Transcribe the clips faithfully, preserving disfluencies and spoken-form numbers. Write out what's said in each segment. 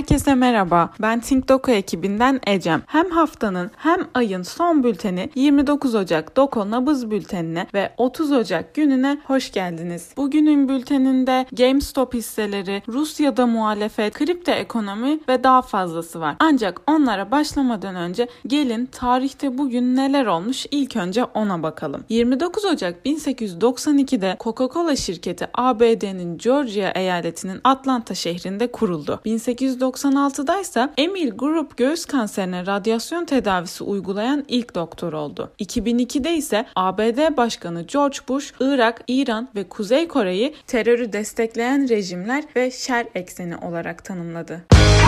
Herkese merhaba, ben Think Doko ekibinden Ecem. Hem haftanın hem ayın son bülteni yirmi dokuz Ocak Doko Nabız Bülteni'ne ve otuz Ocak gününe hoş geldiniz. Bugünün bülteninde GameStop hisseleri, Rusya'da muhalefet, kripto ekonomi ve daha fazlası var. Ancak onlara başlamadan önce gelin tarihte bugün neler olmuş ilk önce ona bakalım. yirmi dokuz Ocak bin sekiz yüz doksan ikide Coca-Cola şirketi A B D'nin Georgia eyaletinin Atlanta şehrinde kuruldu. bin sekiz yüz doksan altıda ise Emil Group göğüs kanserine radyasyon tedavisi uygulayan ilk doktor oldu. iki bin ikide ise A B D Başkanı George Bush, Irak, İran ve Kuzey Kore'yi terörü destekleyen rejimler ve şer ekseni olarak tanımladı.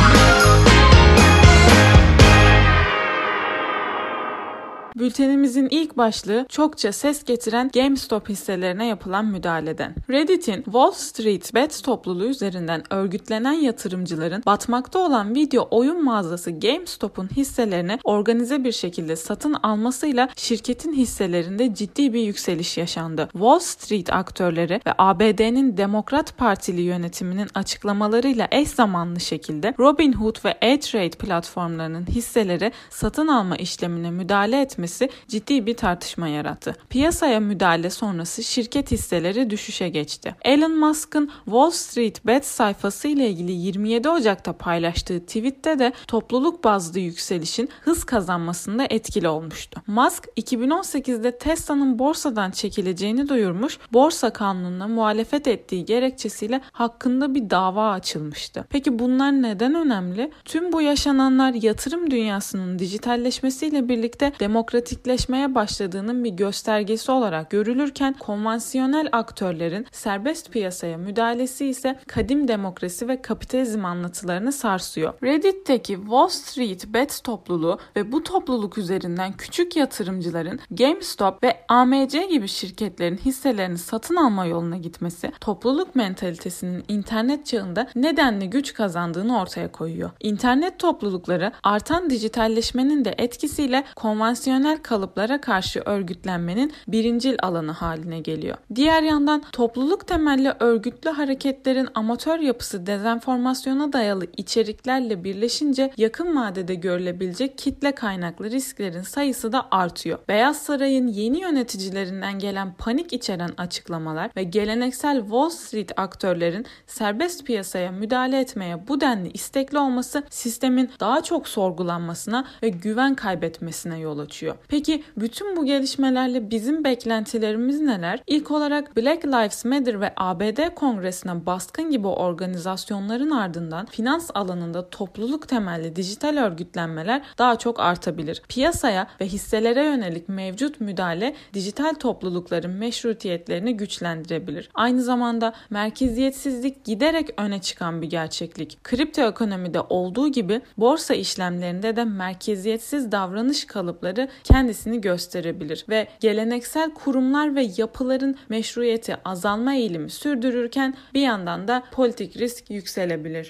Bültenimizin ilk başlığı çokça ses getiren GameStop hisselerine yapılan müdahaleden. Reddit'in Wall Street Bets topluluğu üzerinden örgütlenen yatırımcıların batmakta olan video oyun mağazası GameStop'un hisselerini organize bir şekilde satın almasıyla şirketin hisselerinde ciddi bir yükseliş yaşandı. Wall Street aktörleri ve A B D'nin Demokrat Partili yönetiminin açıklamalarıyla eş zamanlı şekilde Robinhood ve E-Trade platformlarının hisseleri satın alma işlemine müdahale etmesi ciddi bir tartışma yarattı. Piyasaya müdahale sonrası şirket hisseleri düşüşe geçti. Elon Musk'ın Wall Street Bets sayfası ile ilgili yirmi yedi Ocak'ta paylaştığı tweette de topluluk bazlı yükselişin hız kazanmasında etkili olmuştu. Musk iki bin on sekizde Tesla'nın borsadan çekileceğini duyurmuş, borsa kanununa muhalefet ettiği gerekçesiyle hakkında bir dava açılmıştı. Peki bunlar neden önemli? Tüm bu yaşananlar yatırım dünyasının dijitalleşmesiyle birlikte demokratikleşmeye başladığının bir göstergesi olarak görülürken konvansiyonel aktörlerin serbest piyasaya müdahalesi ise kadim demokrasi ve kapitalizm anlatılarını sarsıyor. Reddit'teki Wall Street Bets topluluğu ve bu topluluk üzerinden küçük yatırımcıların GameStop ve A M C gibi şirketlerin hisselerini satın alma yoluna gitmesi, topluluk mentalitesinin internet çağında nedenli güç kazandığını ortaya koyuyor. İnternet toplulukları artan dijitalleşmenin de etkisiyle konvansiyonel kalıplara karşı örgütlenmenin birincil alanı haline geliyor. Diğer yandan topluluk temelli örgütlü hareketlerin amatör yapısı dezenformasyona dayalı içeriklerle birleşince yakın vadede görülebilecek kitle kaynaklı risklerin sayısı da artıyor. Beyaz Saray'ın yeni yöneticilerinden gelen panik içeren açıklamalar ve geleneksel Wall Street aktörlerin serbest piyasaya müdahale etmeye bu denli istekli olması sistemin daha çok sorgulanmasına ve güven kaybetmesine yol açıyor. Peki bütün bu gelişmelerle bizim beklentilerimiz neler? İlk olarak Black Lives Matter ve A B D Kongresi'ne baskın gibi organizasyonların ardından finans alanında topluluk temelli dijital örgütlenmeler daha çok artabilir. Piyasaya ve hisselere yönelik mevcut müdahale dijital toplulukların meşrutiyetlerini güçlendirebilir. Aynı zamanda merkeziyetsizlik giderek öne çıkan bir gerçeklik. Kripto ekonomide olduğu gibi borsa işlemlerinde de merkeziyetsiz davranış kalıpları kendisini gösterebilir ve geleneksel kurumlar ve yapıların meşruiyeti azalma eğilimi sürdürürken bir yandan da politik risk yükselebilir.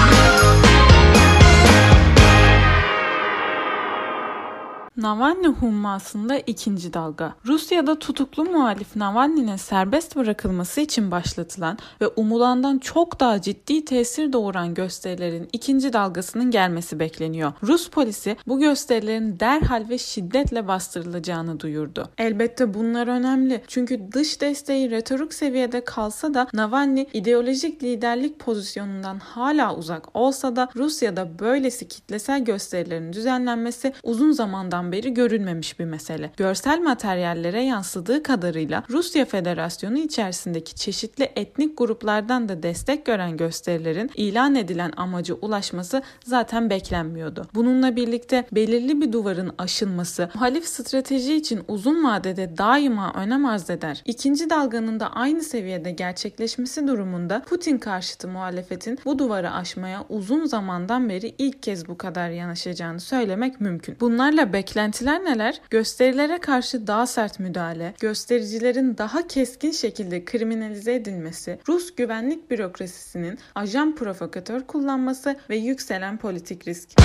Navalny hummasında ikinci dalga. Rusya'da tutuklu muhalif Navalny'nin serbest bırakılması için başlatılan ve umulandan çok daha ciddi tesir doğuran gösterilerin ikinci dalgasının gelmesi bekleniyor. Rus polisi bu gösterilerin derhal ve şiddetle bastırılacağını duyurdu. Elbette bunlar önemli. Çünkü dış desteği retorik seviyede kalsa da Navalny ideolojik liderlik pozisyonundan hala uzak olsa da Rusya'da böylesi kitlesel gösterilerin düzenlenmesi uzun zamandan beri görülmemiş bir mesele. Görsel materyallere yansıdığı kadarıyla Rusya Federasyonu içerisindeki çeşitli etnik gruplardan da destek gören gösterilerin ilan edilen amaca ulaşması zaten beklenmiyordu. Bununla birlikte belirli bir duvarın aşılması, muhalif strateji için uzun vadede daima önem arz eder. İkinci dalganın da aynı seviyede gerçekleşmesi durumunda Putin karşıtı muhalefetin bu duvarı aşmaya uzun zamandan beri ilk kez bu kadar yanaşacağını söylemek mümkün. Bunlarla beklentiler neler? Gösterilere karşı daha sert müdahale, göstericilerin daha keskin şekilde kriminalize edilmesi, Rus güvenlik bürokrasisinin ajan provokatör kullanması ve yükselen politik risk.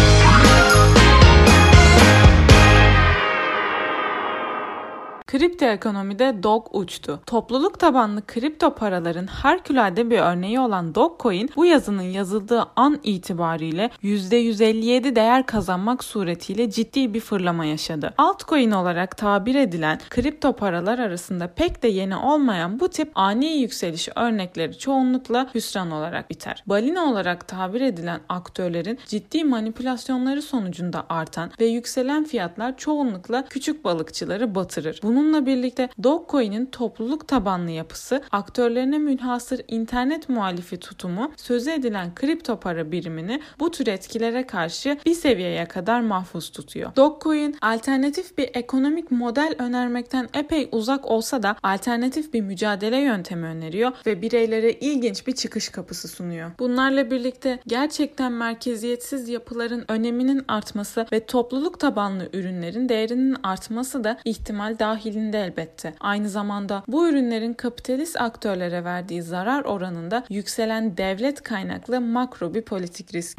Kripto ekonomide dog uçtu. Topluluk tabanlı kripto paraların harikulade bir örneği olan Dogecoin bu yazının yazıldığı an itibariyle yüzde yüz elli yedi değer kazanmak suretiyle ciddi bir fırlama yaşadı. Altcoin olarak tabir edilen kripto paralar arasında pek de yeni olmayan bu tip ani yükseliş örnekleri çoğunlukla hüsran olarak biter. Balina olarak tabir edilen aktörlerin ciddi manipülasyonları sonucunda artan ve yükselen fiyatlar çoğunlukla küçük balıkçıları batırır. Bununla birlikte Dogecoin'in topluluk tabanlı yapısı, aktörlerine münhasır internet muhalifi tutumu, sözü edilen kripto para birimini bu tür etkilere karşı bir seviyeye kadar mahfuz tutuyor. Dogecoin alternatif bir ekonomik model önermekten epey uzak olsa da alternatif bir mücadele yöntemi öneriyor ve bireylere ilginç bir çıkış kapısı sunuyor. Bunlarla birlikte gerçekten merkeziyetsiz yapıların öneminin artması ve topluluk tabanlı ürünlerin değerinin artması da ihtimal dahilinde elbette. Aynı zamanda bu ürünlerin kapitalist aktörlere verdiği zarar oranında yükselen devlet kaynaklı makro bir politik risk.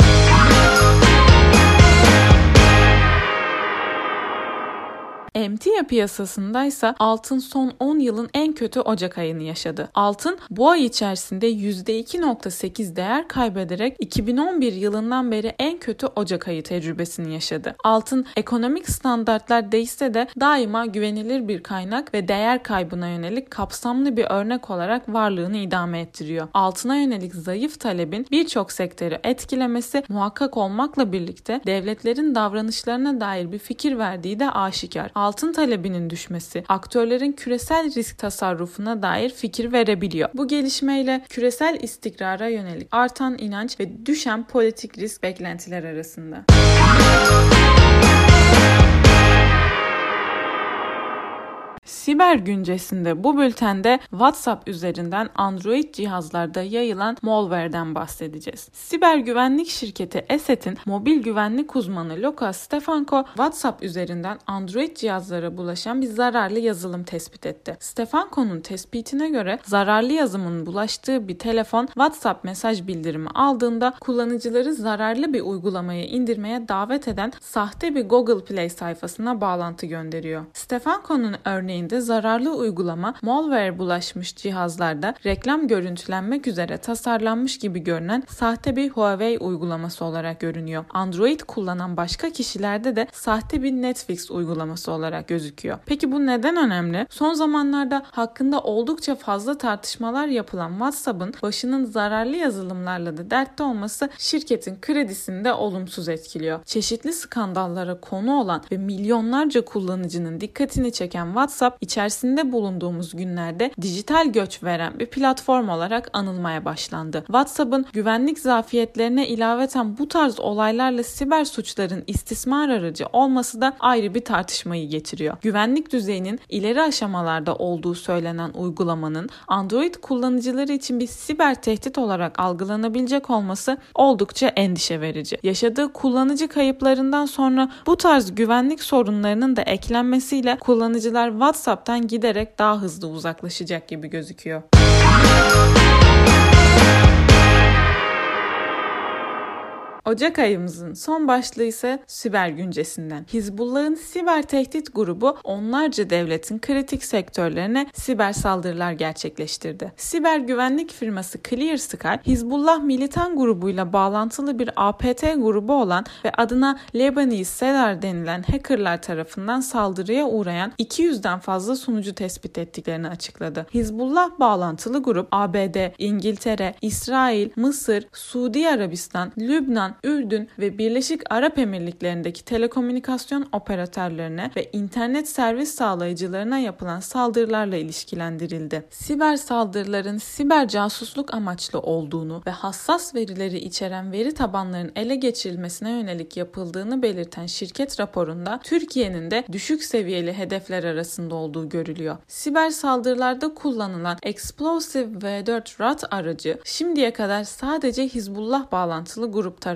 Emtia piyasasındaysa altın son on yılın en kötü Ocak ayını yaşadı. Altın bu ay içerisinde yüzde iki virgül sekiz değer kaybederek iki bin on bir yılından beri en kötü Ocak ayı tecrübesini yaşadı. Altın ekonomik standartlar değişse de daima güvenilir bir kaynak ve değer kaybına yönelik kapsamlı bir örnek olarak varlığını idame ettiriyor. Altına yönelik zayıf talebin birçok sektörü etkilemesi muhakkak olmakla birlikte devletlerin davranışlarına dair bir fikir verdiği de aşikar. Altın talebinin düşmesi aktörlerin küresel risk tasarrufuna dair fikir verebiliyor. Bu gelişmeyle küresel istikrara yönelik artan inanç ve düşen politik risk beklentiler arasında. Siber güncesinde bu bültende WhatsApp üzerinden Android cihazlarda yayılan malware'den bahsedeceğiz. Siber güvenlik şirketi Eset'in mobil güvenlik uzmanı Lukas Stefanko, WhatsApp üzerinden Android cihazlara bulaşan bir zararlı yazılım tespit etti. Stefanko'nun tespitine göre zararlı yazılımın bulaştığı bir telefon WhatsApp mesaj bildirimi aldığında kullanıcıları zararlı bir uygulamayı indirmeye davet eden sahte bir Google Play sayfasına bağlantı gönderiyor. Stefanko'nun örneğinde zararlı uygulama malware bulaşmış cihazlarda reklam görüntülenmek üzere tasarlanmış gibi görünen sahte bir Huawei uygulaması olarak görünüyor. Android kullanan başka kişilerde de sahte bir Netflix uygulaması olarak gözüküyor. Peki bu neden önemli? Son zamanlarda hakkında oldukça fazla tartışmalar yapılan WhatsApp'ın başının zararlı yazılımlarla da dertte olması şirketin kredisini de olumsuz etkiliyor. Çeşitli skandallara konu olan ve milyonlarca kullanıcının dikkatini çeken WhatsApp içerisinde bulunduğumuz günlerde dijital göç veren bir platform olarak anılmaya başlandı. WhatsApp'ın güvenlik zafiyetlerine ilaveten bu tarz olaylarla siber suçların istismar aracı olması da ayrı bir tartışmayı getiriyor. Güvenlik düzeyinin ileri aşamalarda olduğu söylenen uygulamanın Android kullanıcıları için bir siber tehdit olarak algılanabilecek olması oldukça endişe verici. Yaşadığı kullanıcı kayıplarından sonra bu tarz güvenlik sorunlarının da eklenmesiyle kullanıcılar WhatsApp'tan giderek daha hızlı uzaklaşacak gibi gözüküyor. Ocak ayımızın son başlığı ise siber güncesinden. Hizbullah'ın siber tehdit grubu onlarca devletin kritik sektörlerine siber saldırılar gerçekleştirdi. Siber güvenlik firması ClearSky, Hizbullah militan grubuyla bağlantılı bir A P T grubu olan ve adına Lebanese Seller denilen hackerlar tarafından saldırıya uğrayan iki yüzden fazla sunucu tespit ettiklerini açıkladı. Hizbullah bağlantılı grup A B D, İngiltere, İsrail, Mısır, Suudi Arabistan, Lübnan, Ürdün ve Birleşik Arap Emirlikleri'ndeki telekomünikasyon operatörlerine ve internet servis sağlayıcılarına yapılan saldırılarla ilişkilendirildi. Siber saldırıların siber casusluk amaçlı olduğunu ve hassas verileri içeren veri tabanlarının ele geçirilmesine yönelik yapıldığını belirten şirket raporunda Türkiye'nin de düşük seviyeli hedefler arasında olduğu görülüyor. Siber saldırılarda kullanılan Explosive V dört R A T aracı şimdiye kadar sadece Hizbullah bağlantılı grup tarafından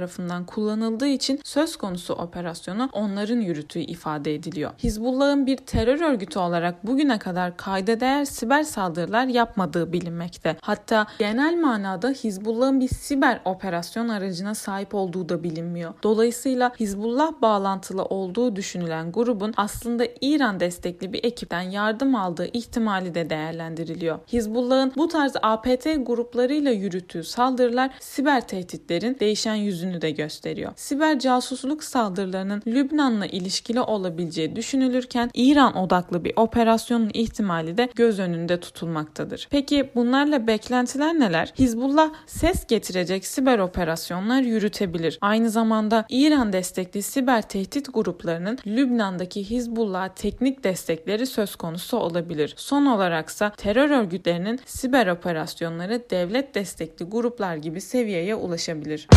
tarafından kullanıldığı için söz konusu operasyonu onların yürüttüğü ifade ediliyor. Hizbullah'ın bir terör örgütü olarak bugüne kadar kayda değer siber saldırılar yapmadığı bilinmekte. Hatta genel manada Hizbullah'ın bir siber operasyon aracına sahip olduğu da bilinmiyor. Dolayısıyla Hizbullah bağlantılı olduğu düşünülen grubun aslında İran destekli bir ekipten yardım aldığı ihtimali de değerlendiriliyor. Hizbullah'ın bu tarz A P T gruplarıyla yürüttüğü saldırılar siber tehditlerin değişen yüzünü de gösteriyor. Siber casusluk saldırılarının Lübnan'la ilişkili olabileceği düşünülürken İran odaklı bir operasyonun ihtimali de göz önünde tutulmaktadır. Peki bunlarla beklentiler neler? Hizbullah ses getirecek siber operasyonlar yürütebilir. Aynı zamanda İran destekli siber tehdit gruplarının Lübnan'daki Hizbullah'a teknik destekleri söz konusu olabilir. Son olaraksa terör örgütlerinin siber operasyonları devlet destekli gruplar gibi seviyeye ulaşabilir.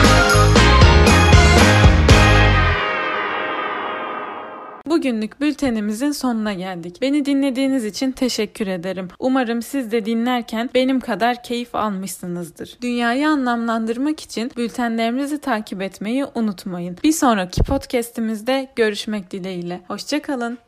Bugünlük bültenimizin sonuna geldik. Beni dinlediğiniz için teşekkür ederim. Umarım siz de dinlerken benim kadar keyif almışsınızdır. Dünyayı anlamlandırmak için bültenlerimizi takip etmeyi unutmayın. Bir sonraki podcast'imizde görüşmek dileğiyle. Hoşça kalın.